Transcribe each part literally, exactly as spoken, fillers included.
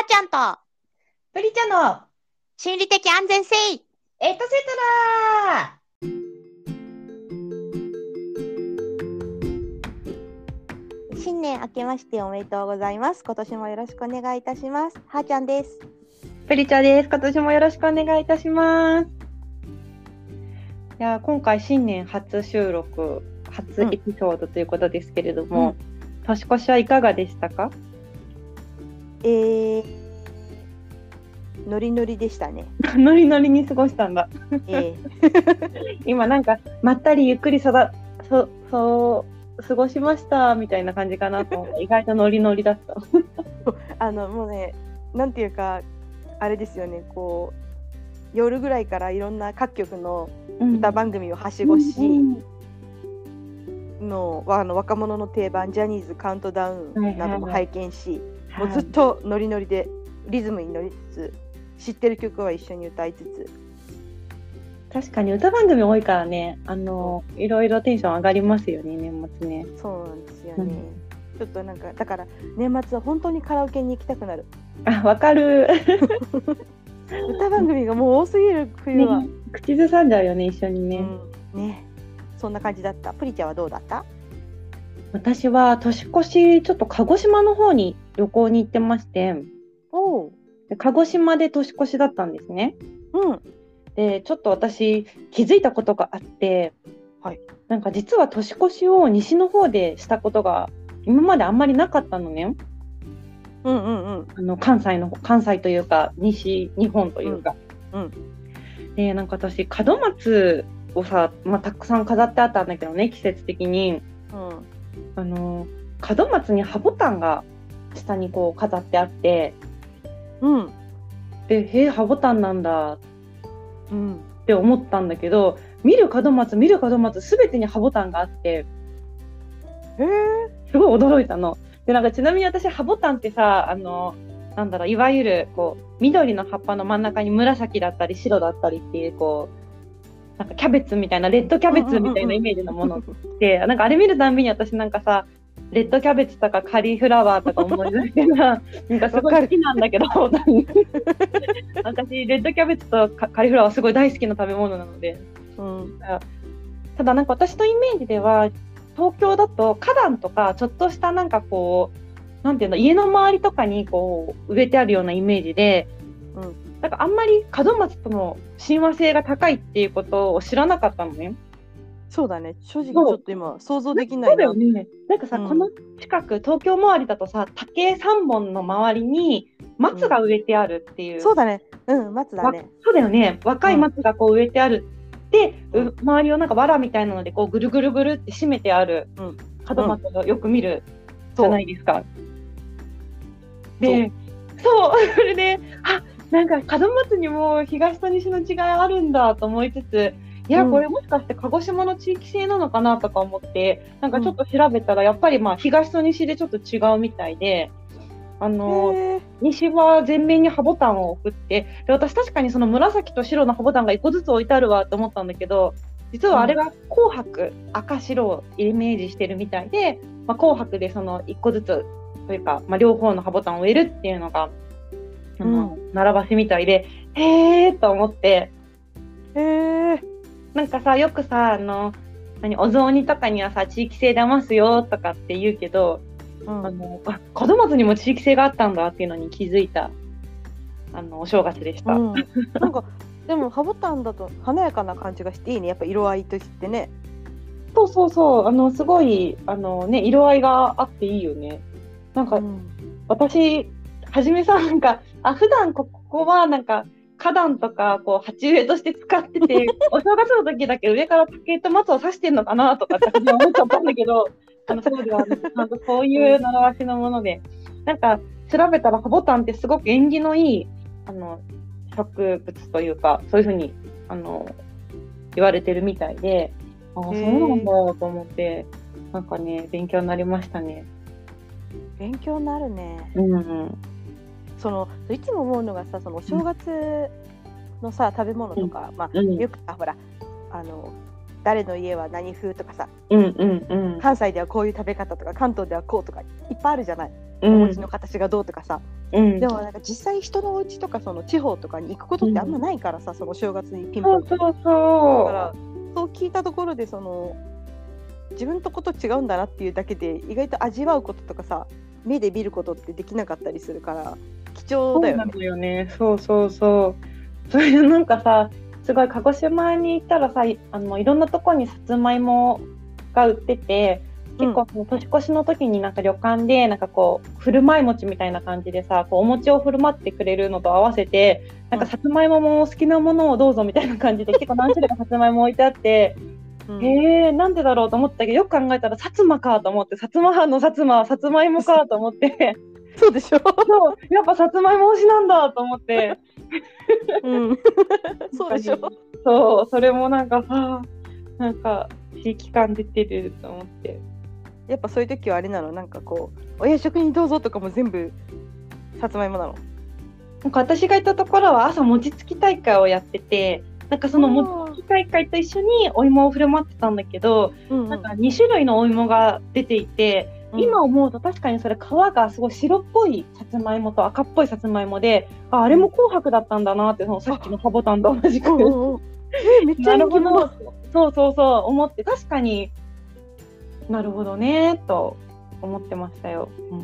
ちゃんとプリちゃんの心理的安全性エトセトラ。 新年明けましておめでとうございます。今年もよろしくお願いいたします。はーちゃんです。 プリちゃんです。今年もよろしくお願いいたします。いや今回新年初収録初エピソードということですけれども、うん、年越しはいかがでしたか？ えー、ノリノリでしたね。 ノリノリに過ごしたんだ。 えー、 今なんかまったりゆっくりそだそそう過ごしましたみたいな感じかなと思って意外とノリノリだった。 あのもうね、なんていうかあれですよね、こう夜ぐらいからいろんな各局の歌番組をはしごし、うんうん、のあの若者の定番ジャニーズカウントダウンなども拝見し、はいはいはい、もうずっとノリノリでリズムに乗りつつ知ってる曲は一緒に歌いつつ。 確かに歌番組多いからね、あのいろいろテンション上がりますよね、年末ね。 そうなんですよね、うん、ちょっとなんかだから年末は本当にカラオケに行きたくなる。 あ、わかる。 歌番組がもう多すぎる冬は、 ね、口ずさんじゃうよね、一緒にね、 うん、ね、そんな感じだった。プリちゃんはどうだった？ 私は年越しちょっと鹿児島の方に旅行に行ってまして、 おで鹿児島で年越しだったんですね。 うん。 でちょっと私気づいたことがあって、はい、なんか実は年越しを西の方でしたことが今まであんまりなかったのね。 うんうんうん、 あの関西の関西というか西日本というか、うんうん、でなんか私門松をさ、まあ、たくさん飾ってあったんだけどね、季節的に、うん、あの門松にハボタンが下にこう飾ってあって、うん、でへえハボタンなんだ、うん、って思ったんだけど、見る門松見る門松すべてにハボタンがあって、へーすごい驚いたの。でなんかちなみに私ハボタンってさ、あのなんだろう、いわゆるこう緑の葉っぱの真ん中に紫だったり白だったりっていう、こうなんかキャベツみたいなレッドキャベツみたいなイメージのものって、なんかあれ見るたんびに私なんかさ、レッドキャベツとかカリフラワーとか思い出してななんかすごい好きなんだけど私レッドキャベツとカリフラワーすごい大好きな食べ物なので、うん、ただなんか私のイメージでは東京だと花壇とかちょっとしたなんかこうなんていうの、家の周りとかにこう植えてあるようなイメージで、うん、なんかあんまり門松との親和性が高いっていうことを知らなかったのね。 そうだね、正直ちょっと今想像できないな。 そうだよね。なんかさ、うん、この近く東京周りだとさ、竹さんぼんの周りに松が植えてあるっていう、 うん、そうだね、うん、松だね。 そうだよね、若い松がこう植えてあるって、うん、周りをなんか藁みたいなのでこうぐるぐるぐるって締めてある門松をよく見るじゃないですか。うん、で、そう、それで、あ、なんか門松にも東と西の違いあるんだと思いつつ、いや、これもしかして鹿児島の地域性なのかなとか思って、なんかちょっと調べたらやっぱりまあ東と西でちょっと違うみたいで、あの西は全面にハボタンを置くって、で私確かにその紫と白のハボタンがいっこずつ置いてあるわと思ったんだけど、実はあれが紅白、うん、赤白をイメージしてるみたいで、まあ、紅白でそのいっこずつというか、まあ、両方のハボタンを植えるっていうのが、うん、習わしみたいで、へーと思って、へーなんかさ、よくさ、あの何お雑煮とかにはさ地域性出ますよとかって言うけど、うん、あのあ門松にも地域性があったんだっていうのに気づいたあのお正月でした。うん、 なんかでもハボタンだと華やかな感じがしていいね、やっぱ色合いとしてね。 そうそうそう、あのすごいあの、ね、色合いがあっていいよね。なんか、うん、私はじめさなんかあ普段ここはなんか花壇とかこう鉢植えとして使っててお正月の時だけ上から竹と松を刺してんのかなとかって思っちゃったんだけどあのそうではなんかこういう習わしのもので、なんか調べたらハボタンってすごく縁起のいいあの植物というかそういうふうにあの言われてるみたいで、あそうなんだと思って、なんかね勉強になりましたね。 勉強になるね。 うん、うんそのいつも思うのがさ、そのお正月のさ、うん、食べ物とか、まあ、うん、よくあほらあの誰の家は何風とかさ、 うんうんうん、 関西ではこういう食べ方とか関東ではこうとかいっぱいあるじゃない。 お餅の形がどうとかさ、 うん、 でもなんか実際人のお家とかその地方とかに行くことってあんまないからさ、うん、その正月にピンポンそうそうそうだからそう聞いたところでその自分とこと違うんだなっていうだけで意外と味わうこととかさ目で見ることってできなかったりするから貴重だよね。 そうなんだよね。そうそうそうそれでなんかさすごい鹿児島に行ったらさあのいろんなとこにさつまいもが売ってて結構その年越しの時になんか旅館でなんかこう振る舞い餅みたいな感じでさこうお餅を振る舞ってくれるのと合わせてなんかさつまいももお好きなものをどうぞみたいな感じで結構何種類かさつまいも置いてあってうん、へえなんでだろうと思ったけどよく考えたら薩摩かと思って薩摩藩の薩摩さつまいもかと思ってそうでしょそうやっぱさつまいも推しなんだと思って、 うん、そうでしょそうそれもなんかはあなんか地域感出てると思ってやっぱそういう時はあれなのなんかこうお夜食にどうぞとかも全部さつまいもなのなんか私がいたところは朝餅つき大会をやっててなんかその餅つき大会と一緒にお芋を振る舞ってたんだけど、うんうん、なんかに種類のお芋が出ていて、うん、今思うと確かにそれ皮がすごい白っぽいさつまいもと赤っぽいさつまいもで あ, あれも紅白だったんだなってそのさっきのハボタンと同じく、うんうん、 えめっちゃ人気者そうそうそう思って確かになるほどねと思ってましたよ、うん、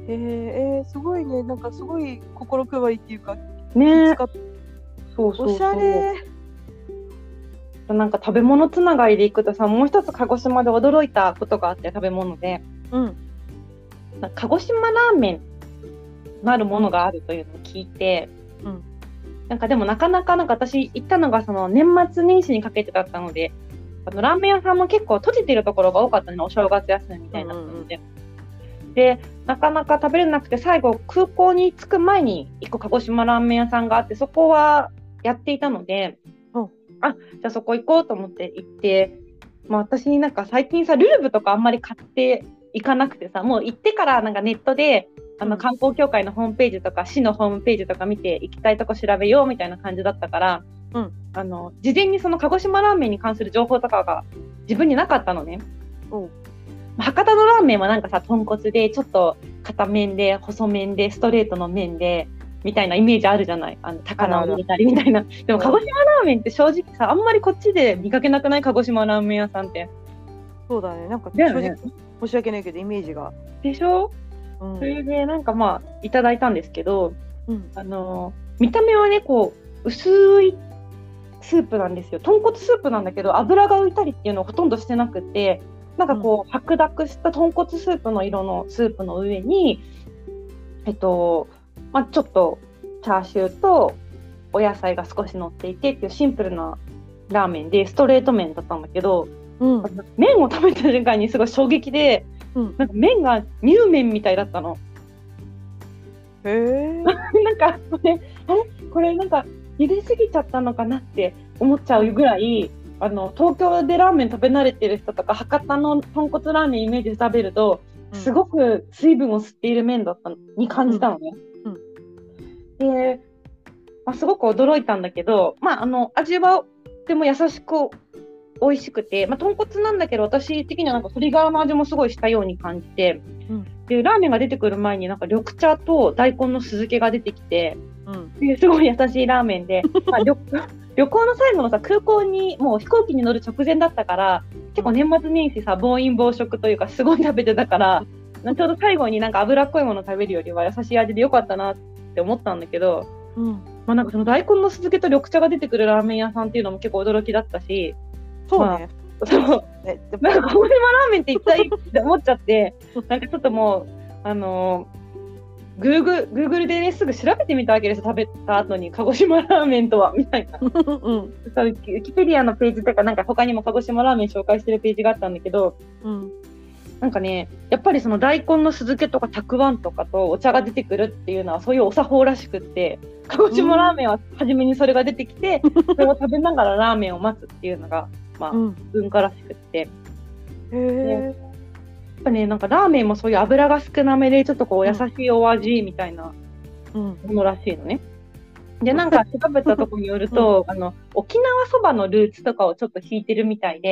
へえー、すごいねなんかすごい心配りっていうかねそうそうそうおしゃれなんか食べ物つながりでいくとさもう一つ鹿児島で驚いたことがあって食べ物で、うん、鹿児島ラーメンなるものがあるというのを聞いて、うん、なんかでもなかなかなんか私行ったのがその年末年始にかけてだったのであのラーメン屋さんも結構閉じてるところが多かったのお正月休みみたいなので、うんうん、でなかなか食べれなくて最後空港に着く前に一個鹿児島ラーメン屋さんがあってそこはやっていたので、うん、あじゃあそこ行こうと思って行って、まあ、私なんか最近さルルブとかあんまり買っていかなくてさもう行ってからなんかネットであの観光協会のホームページとか市のホームページとか見て行きたいとこ調べようみたいな感じだったから、うん、あの事前にその鹿児島ラーメンに関する情報とかが自分になかったのね、うん、博多のラーメンはなんかさ豚骨でちょっと硬麺で細麺でストレートの麺でみたいなイメージあるじゃないあの高菜を入れたりみたいなでも鹿児島ラーメンって正直さあんまりこっちで見かけなくない鹿児島ラーメン屋さんってそうだねなんか正直、ね、申し訳ないけどイメージがでしょ、うん、それでなんかまあいただいたんですけど、うん、あの見た目はねこう薄いスープなんですよ豚骨スープなんだけど油が浮いたりっていうのをほとんどしてなくてなんかこう、うん、白濁した豚骨スープの色のスープの上にえっとまあ、ちょっとチャーシューとお野菜が少し乗っていてっていうシンプルなラーメンでストレート麺だったんだけど、うん、麺を食べた瞬間にすごい衝撃で、うん、なんか麺が乳麺みたいだったの。 へーなんかこれあれこれなんか茹ですぎちゃったのかなって思っちゃうぐらいあの東京でラーメン食べ慣れてる人とか博多の豚骨ラーメンイメージで食べると、うん、すごく水分を吸っている麺だったのに感じたのね。うんでまあ、すごく驚いたんだけど、まあ、あの味はとても優しく美味しくて、まあ、豚骨なんだけど私的にはなんか鶏ガラの味もすごいしたように感じて、うん、でラーメンが出てくる前になんか緑茶と大根の酢漬けが出てきて、うん、ですごい優しいラーメンで、まあ、旅, 旅行の最後のさ空港にもう飛行機に乗る直前だったから結構年末年始さ暴飲暴食というかすごい食べてたからちょうど最後になんか脂っこいもの食べるよりは優しい味でよかったなってって思ったんだけど、うんまあ、なんかその大根の酢漬けと緑茶が出てくるラーメン屋さんっていうのも結構驚きだったしそうね、 まあ、そうえなんか鹿児島ラーメンって一体って思っちゃってなんかちょっともうあのー、グーグル、グーグルで、ね、すぐ調べてみたわけです食べた後に鹿児島ラーメンとはみたいな、うん、ウィキペディアのページとかなんか他にも鹿児島ラーメン紹介してるページがあったんだけど、うんなんかね、やっぱりその大根の酢漬けとかたくあんとかとお茶が出てくるっていうのはそういうお作法らしくって鹿児島ラーメンは初めにそれが出てきて、うん、それを食べながらラーメンを待つっていうのが、まあうん、文化らしくって、 へーやっぱねなんかラーメンもそういう油が少なめでちょっとこう優しいお味みたいなものらしいのね、うん、でなんか調べたところによると、うん、あの沖縄そばのルーツとかをちょっと引いてるみたいで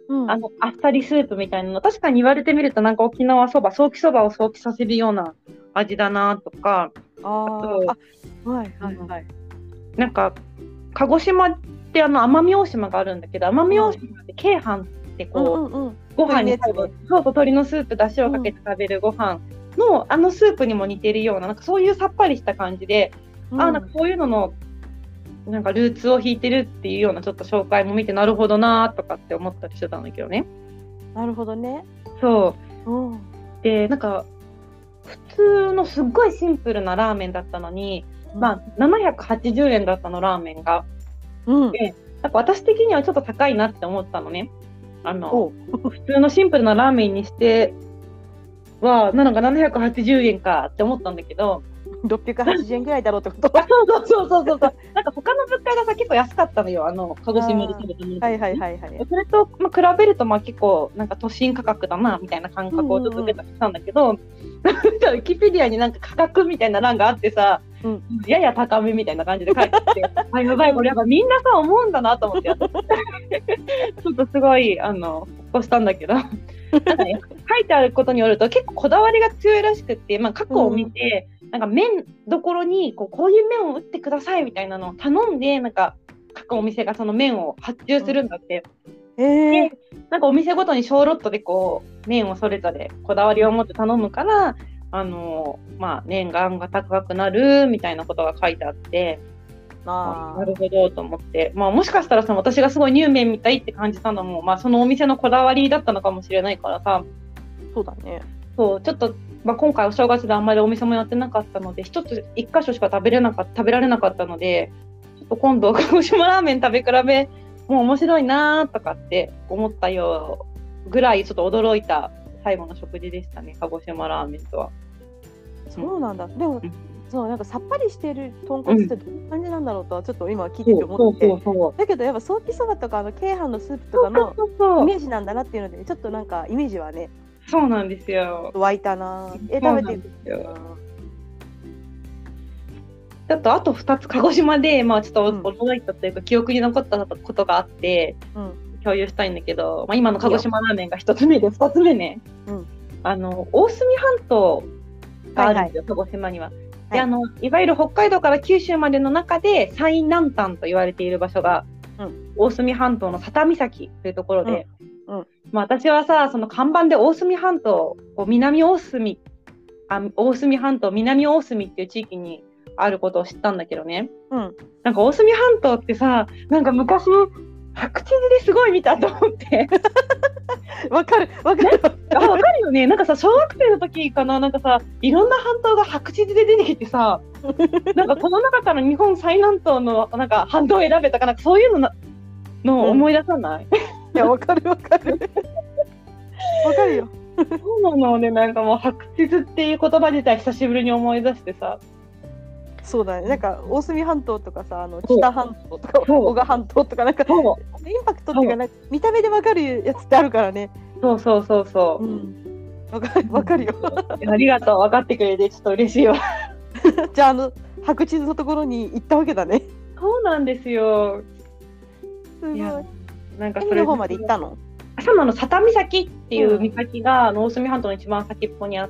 うん、 あのあっさりスープみたいなの、確かに言われてみるとなんか沖縄そば、ソーキそばを想起させるような味だなとか、 ああとあ、はいはいはい。 なんか鹿児島ってあの奄美大島があるんだけど、奄美大島って鶏飯ってこう、 うんうんうん。 ご飯に鶏のやつね。 そうそう鶏のスープだしをかけて食べるご飯の、あのスープにも似てるような、なんかそういうさっぱりした感じで、 うん、 あなんかそういうののなんかルーツを引いてるっていうようなちょっと紹介も見て、なるほどなとかって思ったりしてたんだけどね。 なるほどね。 そう、 うん、 でなんか普通のすっごいシンプルなラーメンだったのに、 うん、 まあ、ななひゃくはちじゅうえんだったのラーメンが。 うん、 でなんか私的にはちょっと高いなって思ったのね。あの普通のシンプルなラーメンにしてはなんかななひゃくはちじゅうえんかって思ったんだけど、 ろっぴゃくはちじゅうえんぐらいだろうってことあそうそうそうそうそうそうなんか他の物価がさ結構安かったのよ、あの鹿児島で食べたもの、 はいはいはいはい。 それと、まあ、比べるとまあ結構なんか都心価格だなみたいな感覚をちょっと出たしたんだけど、ウィキペディアになんか価格みたいな欄があってさ、うん、やや高めみたいな感じで書いてあってあやばいこれやっぱみんなさ思うんだなと思ってちょっとすごいあのほっこしたんだけどなんか、ね、書いてあることによると結構こだわりが強いらしくって、まあ、過去を見て、うん、なんか麺どころにこう、こういう麺を打ってくださいみたいなのを頼んでなんか各お店がその麺を発注するんだって、 うん、えー、 でなんかお店ごとに小ロットでこう麺をそれぞれこだわりを持って頼むからあのまあ年間が高くなるみたいなことが書いてあって、あなるほどと思って、まあ、もしかしたらその私がすごい乳麺みたいって感じたのも、まあ、そのお店のこだわりだったのかもしれないからさ。 そうだね。 そうちょっと、まあ、今回お正月であんまりお店もやってなかったので一つ一箇所しか食べれなかった食べられなかったので、ちょっと今度鹿児島ラーメン食べ比べもう面白いなとかって思ったよぐらいちょっと驚いた最後の食事でしたね、鹿児島ラーメンとは。 そうなんだ。でも、うん、そうなんかさっぱりしてる豚骨ってどんな感じなんだろうとはちょっと今聞いてて思って、うん、そうそうそうだけどやっぱソーキそばとかあの鶏飯のスープとかのイメージなんだなっていうのでちょっとなんかイメージはねそうなんですよ湧いたな。え食べてるちょっとあとふたつ鹿児島で、まあ、ちょっと驚いたというか、うん、記憶に残ったことがあって、うん、共有したいんだけど、まあ、今の鹿児島ラーメンがひとつめでふたつめね、うん、あの大隅半島があるんですよ、はいはい、鹿児島には。で、あのいわゆる北海道から九州までの中で最南端と言われている場所が、うん、大隅半島の佐多岬というところで、うんうんまあ、私はさその看板で大隅半島南大隅あ大隅半島南大隅っていう地域にあることを知ったんだけどね、うん、なんか大隅半島ってさなんか昔白地図ですごい見たと思ってわかるわかるあわかるよね。なんかさ小学生の時かななんかさいろんな半島が白地図で出てきてさなんかこの中から日本最南端のなんか半島を選べたかなんかそういうのなの思い出さない、うん、いやわかるわかるわかるよそうなので、なんかもう白地図っていう言葉自体久しぶりに思い出してさ。 そうだね、なんか大隅半島とかさあの北半島とか男鹿半島とかなんかインパクトっていうかなんか見た目でわかるやつってあるからね。 そうそうそうそう。 わ、うん、かるわかるよありがとう分かってくれてちょっと嬉しいわじゃああの白地図のところに行ったわけだね。 そうなんですよ。 すごい。いなんかそれの方まで行ったの？ 朝の佐多岬っていう岬が、うん、大隅半島の一番先っぽにあって、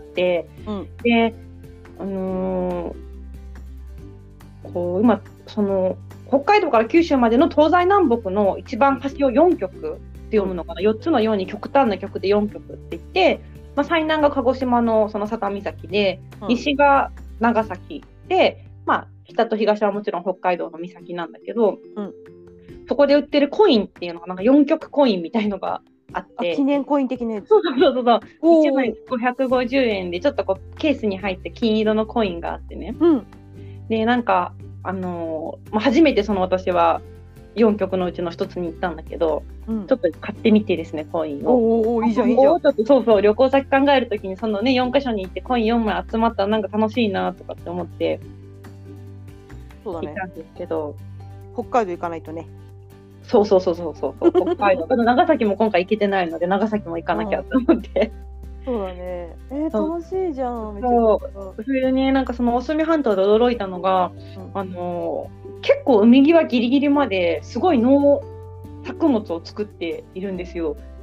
うん、で、あのー、こう今その北海道から九州までの東西南北の一番端をよんきょくって読むのかな、うん、よっつのように極端な極でよんきょくって言って、まあ、最南が鹿児島のその佐多岬で、うん、西が長崎で、まあ、北と東はもちろん北海道の岬なんだけど、うん、そこで売ってるコインっていうのがなんかよんきょくコインみたいのがあって、 記念コイン的なやつ。 そうそうそうそういちまいごひゃくごじゅうえんでちょっとこうケースに入って金色のコインがあってね、うん、でなんかあのーまあ、初めてその私はよんきょくのうちのひとつに行ったんだけど、うん、ちょっと買ってみてですねコインを。 おおいいじゃんいいじゃん。 ちょっとそうそう旅行先考えるときにそのねよんかしょに行ってコインよんまい集まったらなんか楽しいなとかって思ってそうだね、 行ったんですけど、 北海道行かないとね。 そうそうそうそうそう北海道長崎も今回行けてないので長崎も行かなきゃと思って、 うん、そうだね。えー、楽しいじゃん。 そうそれでねなんかその大隅半島で驚いたのが、うん、あの結構海際ギリギリまですごい農作物を作っているんですよ。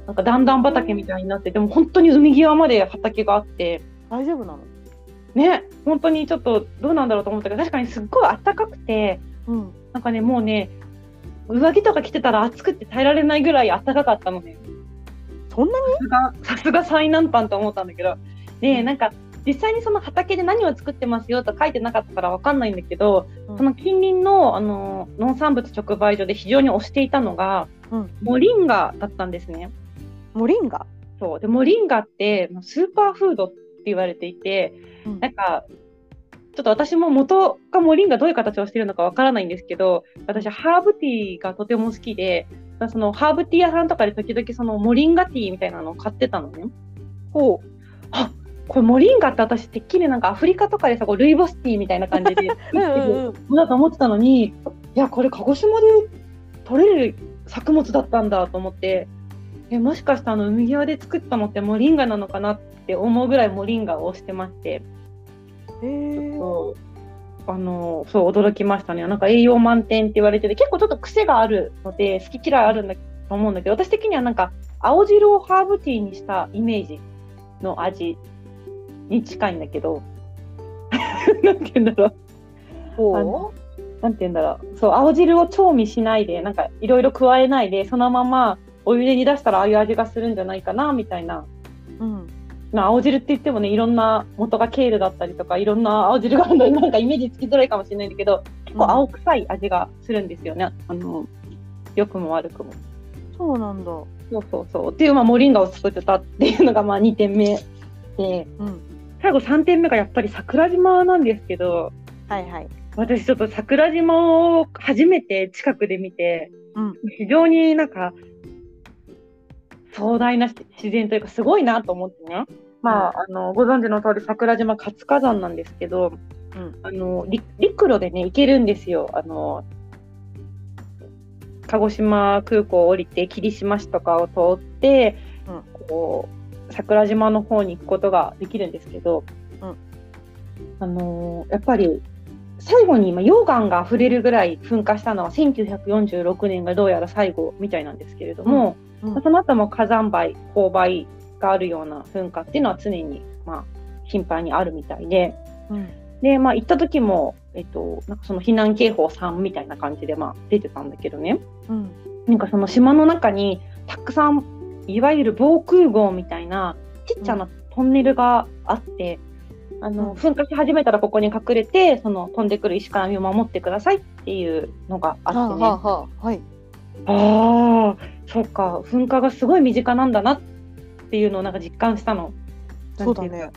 なんか段々畑みたいになってて、でも本当に海際まで畑があって、 大丈夫なの？ ね、本当にちょっとどうなんだろうと思ったけど、確かにすっごい暖かくて、 うん、 なんかね、もうね、上着とか着てたら暑くて耐えられないぐらい暖かかったのね。 そんなに？ さすが、さすが最南端と思ったんだけど、で、なんか実際にその畑で何を作ってますよと書いてなかったから分かんないんだけど、うん、その近隣の、あの農産物直売所で非常に推していたのが、うん、モリンガだったんですね。 モリンガ？ そうで、モリンガってスーパーフードって言われていて、うん、なんかちょっと私も元がモリンガどういう形をしているのかわからないんですけど、私ハーブティーがとても好きで、そのハーブティー屋さんとかで時々そのモリンガティーみたいなのを買ってたのね。 ほう。 あ、これモリンガって私てっきりなんかアフリカとかでさ、こうルイボスティーみたいな感じでうんうんだと思ってたのに、いやこれ鹿児島で取れる作物だったんだと思って、えもしかしたらあの海際で作ったのってモリンガなのかなって思うぐらいモリンガを推してまして、 へー、 そうあのそう驚きましたね。なんか栄養満点って言われてて、結構ちょっと癖があるので好き嫌いあるんだと思うんだけど、私的にはなんか青汁をハーブティーにしたイメージの味に近いんだけどなんて言うんだろう、あのなんて言うんだろう、そう青汁を調味しないで、なんかいろいろ加えないでそのままお湯で煮出したらああいう味がするんじゃないかなみたいな、うん、まあ、青汁って言ってもね、いろんな元がケールだったりとかいろんな青汁があるので、なんかイメージつきづらいかもしれないんだけど、結構青臭い味がするんですよね、あの良くも悪くも。 そうなんだ。 そうそうそうっていう、まあ、モリンガを作ってたっていうのがまあにてんめで、うん、最後さんてんめがやっぱり桜島なんですけど、 はいはい、 私ちょっと桜島を初めて近くで見て、うん、非常になんか壮大な自然というかすごいなと思ってね、まあ、あのご存知の通り桜島活火山なんですけど、うん、あの陸路でね行けるんですよ。あの鹿児島空港を降りて霧島市とかを通って、うん、こう桜島の方に行くことができるんですけど、うん、あのやっぱり最後に今溶岩が溢れるぐらい噴火したのはせんきゅうひゃくよんじゅうろくねんがどうやら最後みたいなんですけれども、うんうん、その後も火山灰、勾配があるような噴火っていうのは常に、まあ、頻繁にあるみたいで、うん、で、まあ、行った時も、えっと、なんかその避難警報さんみたいな感じで、まあ、出てたんだけどね、うん、なんかその島の中にたくさんいわゆる防空壕みたいなちっちゃなトンネルがあって、うん、あの噴火し始めたらここに隠れてその飛んでくる石から身を守ってくださいっていうのがあってね、はあはあ、はい、ああそうか、噴火がすごい身近なんだなっていうのをなんか実感したの。 そうだね。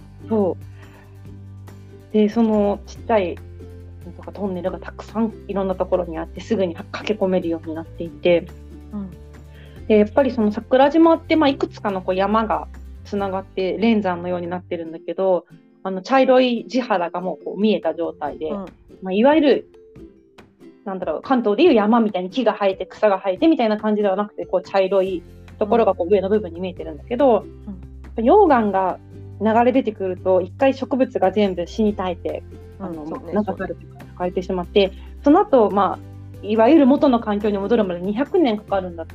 そうで、そのちっちゃいとかトンネルがたくさんいろんなところにあってすぐに駆け込めるようになっていて、うん、でやっぱりその桜島って、まあ、いくつかのこう山がつながって連山のようになってるんだけど、あの茶色い地肌がもうこう見えた状態で、うん、まあ、いわゆるなんだろう、関東でいう山みたいに木が生えて草が生えてみたいな感じではなくて、こう茶色いところがこう上の部分に見えてるんだけど、うん、溶岩が流れ出てくると一回植物が全部死に絶えて、うん、あのね、流されて枯れてしまって、その後、まあいわゆる元の環境に戻るまでにひゃくねんかかるんだって。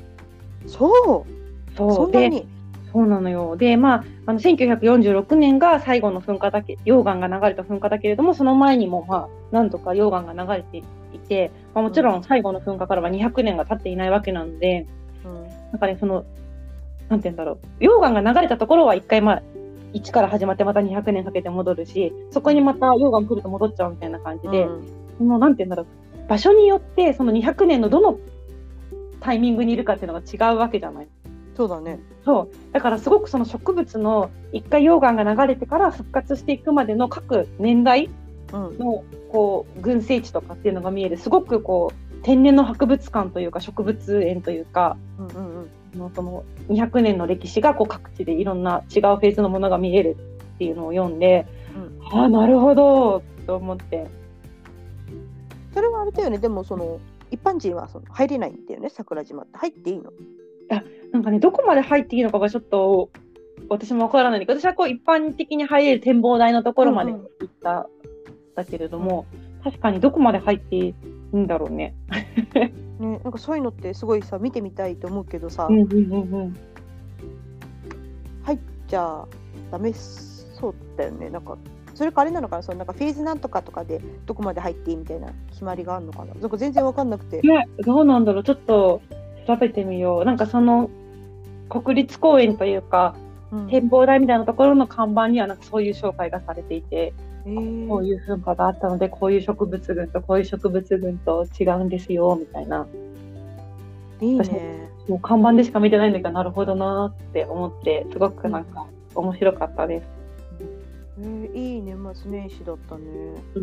そうそうそんなに。 でそうなのよ。で、まあ、あのせんきゅうひゃくよんじゅうろくねんが最後の噴火だけ、溶岩が流れた噴火だけれども、その前にも、まあ、何度か溶岩が流れていて、まあ、もちろん最後の噴火からはにひゃくねんが経っていないわけなので、うん、なんかね、その、なんて言うんだろう、溶岩が流れたところは一回、まあ、一から始まってまたにひゃくねんかけて戻るし、そこにまた溶岩来ると戻っちゃうみたいな感じで、うん、そのなんて言うんだろう、場所によってそのにひゃくねんのどのタイミングにいるかっていうのが違うわけじゃない。 そうだね。 そうだからすごくその植物の一回溶岩が流れてから復活していくまでの各年代のこう群生地とかっていうのが見える、すごくこう天然の博物館というか植物園というか、うんうんうん、そのにひゃくねんの歴史がこう各地でいろんな違うフェーズのものが見えるっていうのを読んで、うん、ああなるほどと思って。 それはあれだよね。でもその一般人はその入れないんだよね、桜島って。入っていいの？ あ、なんかね、どこまで入っていいのかがちょっと私もわからないんだけど、私はこう一般的に入れる展望台のところまで行ったんだけれども、うんうん、確かにどこまで入っていいんだろうねね、なんかそういうのってすごいさ見てみたいと思うけどさ、 うんうんうんうん、 入っちゃダメそうだよね。なんかそれかあれなのかな、そのなんかフェーズなんとかとかでどこまで入っていいみたいな決まりがあるのかな。なんか全然わかんなくて。 ね、どうなんだろう、ちょっと調べてみよう。なんかその国立公園というか、うん、展望台みたいなところの看板にはなんかそういう紹介がされていて、えー、こういう噴火があったのでこういう植物群とこういう植物群と違うんですよみたいな。 いいね。 もう看板でしか見てないんだけど、なるほどなって思ってすごくなんか面白かったです。 うん、えー、いい年末年始だったね。 うん、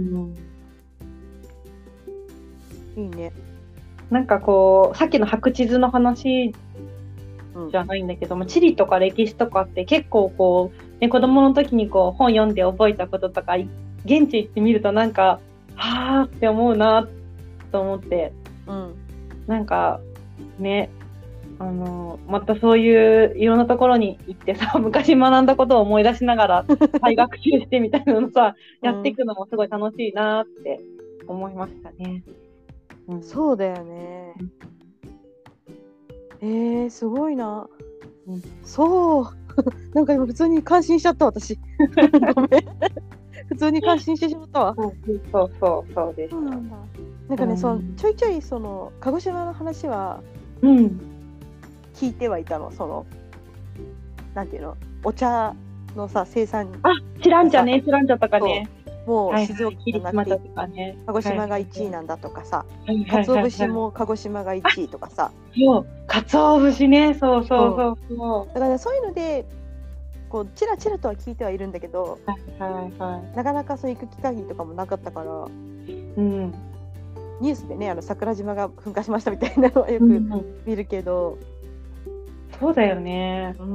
いいね。 なんかこうさっきの白地図の話じゃないんだけども、うん、地理とか歴史とかって結構こう、ね、子供の時にこう本読んで覚えたこととか現地行ってみるとなんかはーって思うなと思って、うん、なんかね、あのまたそういういろんなところに行ってさ、昔学んだことを思い出しながら再学習してみたいなのさ、うん、やっていくのもすごい楽しいなって思いましたね。 うん、そうだよね。えー、すごいな。うん、そうなんか今普通に感心しちゃった私。ごめん。普通に感心してしまったわ。 そうそうそうそうです。そうなんだ。 なんかね、うん、そのちょいちょいその鹿児島の話は聞いてはいたの。そのなんていうの、お茶のさ生産。 あ、知らんじゃね、知らんじゃとかね。 もう静岡じゃなくて、はいはい、鹿児島がいちいなんだとかさ、鰹節も鹿児島がいちいとかさ。 そう、鰹節ね、そうそうそうそう。 だから、ね、そういうのでこうチラチラとは聞いてはいるんだけど、 はいはいはい、 なかなかそう行く機会とかもなかったから、うん、ニュースでね、あの桜島が噴火しましたみたいなのはよく見るけど、うん、 そうだよね、うん、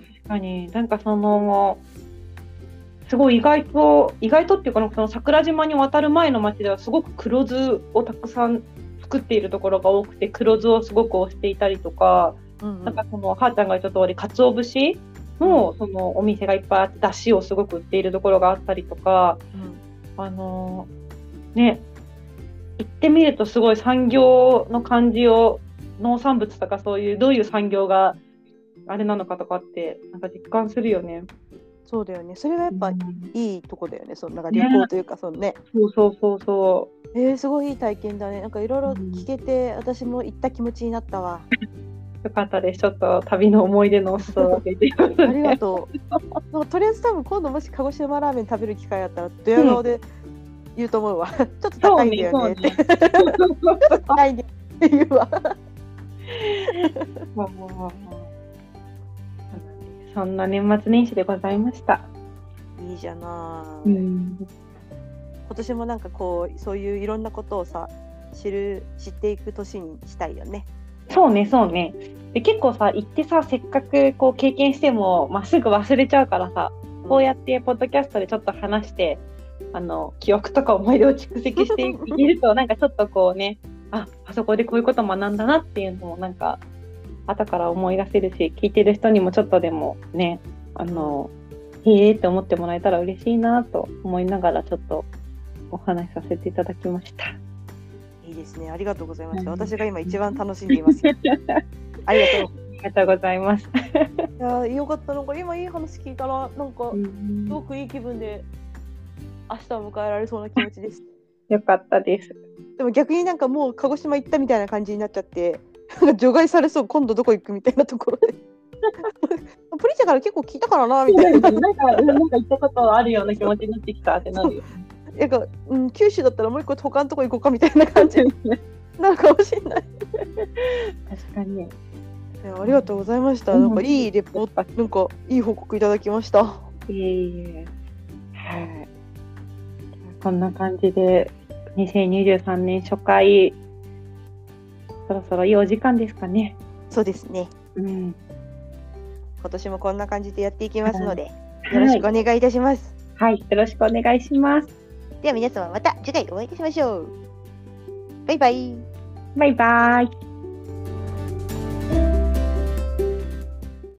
確かになんかそのすごい意外と意外とっていうか、その桜島に渡る前の町ではすごく黒酢をたくさん作っているところが多くて、黒酢をすごく推していたりとか、うんうん、なんかそのはーちゃんが言った通り鰹節のそのお店がいっぱいあって、だしをすごく売っているところがあったりとか、うん、あのね、行ってみるとすごい産業の感じを、農産物とかそういうどういう産業があれなのかとかってなんか実感するよね。 そうだよね。それがやっぱいいとこだよね。そのなんか旅行というか、そのね。 そうそうそうそう。 えー、すごいいい体験だね。なんかいろいろ聞けて、うん、私も行った気持ちになったわ。 よかったです。ちょっと旅の思い出のお裾を上げて、ね、 ありがとう。とりあえず多分今度もし鹿児島ラーメン食べる機会あったらドヤ顔で言うと思うわ。うん、ちょっと高いんだよねって。ちょっと高いんだよって言うわ。 そんな年末年始でございました。 いいじゃない、うん、今年もなんかこうそういういろんなことをさ知る知っていく年にしたいよね。 そうねそうね。で結構さ行ってさ、せっかくこう経験してもまっすぐ忘れちゃうからさ、うん、こうやってポッドキャストでちょっと話してあの記憶とか思い出を蓄積していけるとなんかちょっとこうね、ああそこでこういうこと学んだなっていうのもなんか後から思い出せるし、聞いてる人にもちょっとでもね、あのへーって思ってもらえたら嬉しいなと思いながらちょっとお話しさせていただきました。 いいですね、ありがとうございました。私が今一番楽しんでいますよ。ありがとう。 ありがとうございます。 いやよかった。なんか今いい話聞いたらなんかすごくいい気分で明日を迎えられそうな気持ちです。 よかったです。 でも逆になんかもう鹿児島行ったみたいな感じになっちゃって。なんか除外されそう、今度どこ行くみたいなところでプリチャから結構聞いたからなみたいななんかなんか行ったことあるような気持ちになってきたってなるよ。 なんか、うん、九州だったらもう一個他のとこ行こうかみたいな感じになるかもしれない。 確かに。いやありがとうございました。なんかいいレポート、なんかいい報告いただきました。 いえいえ。はい。こんな感じでにせんにじゅうさんねん初回。そろそろいいお時間ですかね。 そうですね、うん、今年もこんな感じでやっていきますので、はい、よろしくお願いいたします。 はい、よろしくお願いします。 では皆様また次回お会いいたしましょう。バイバイ。 バイバイ。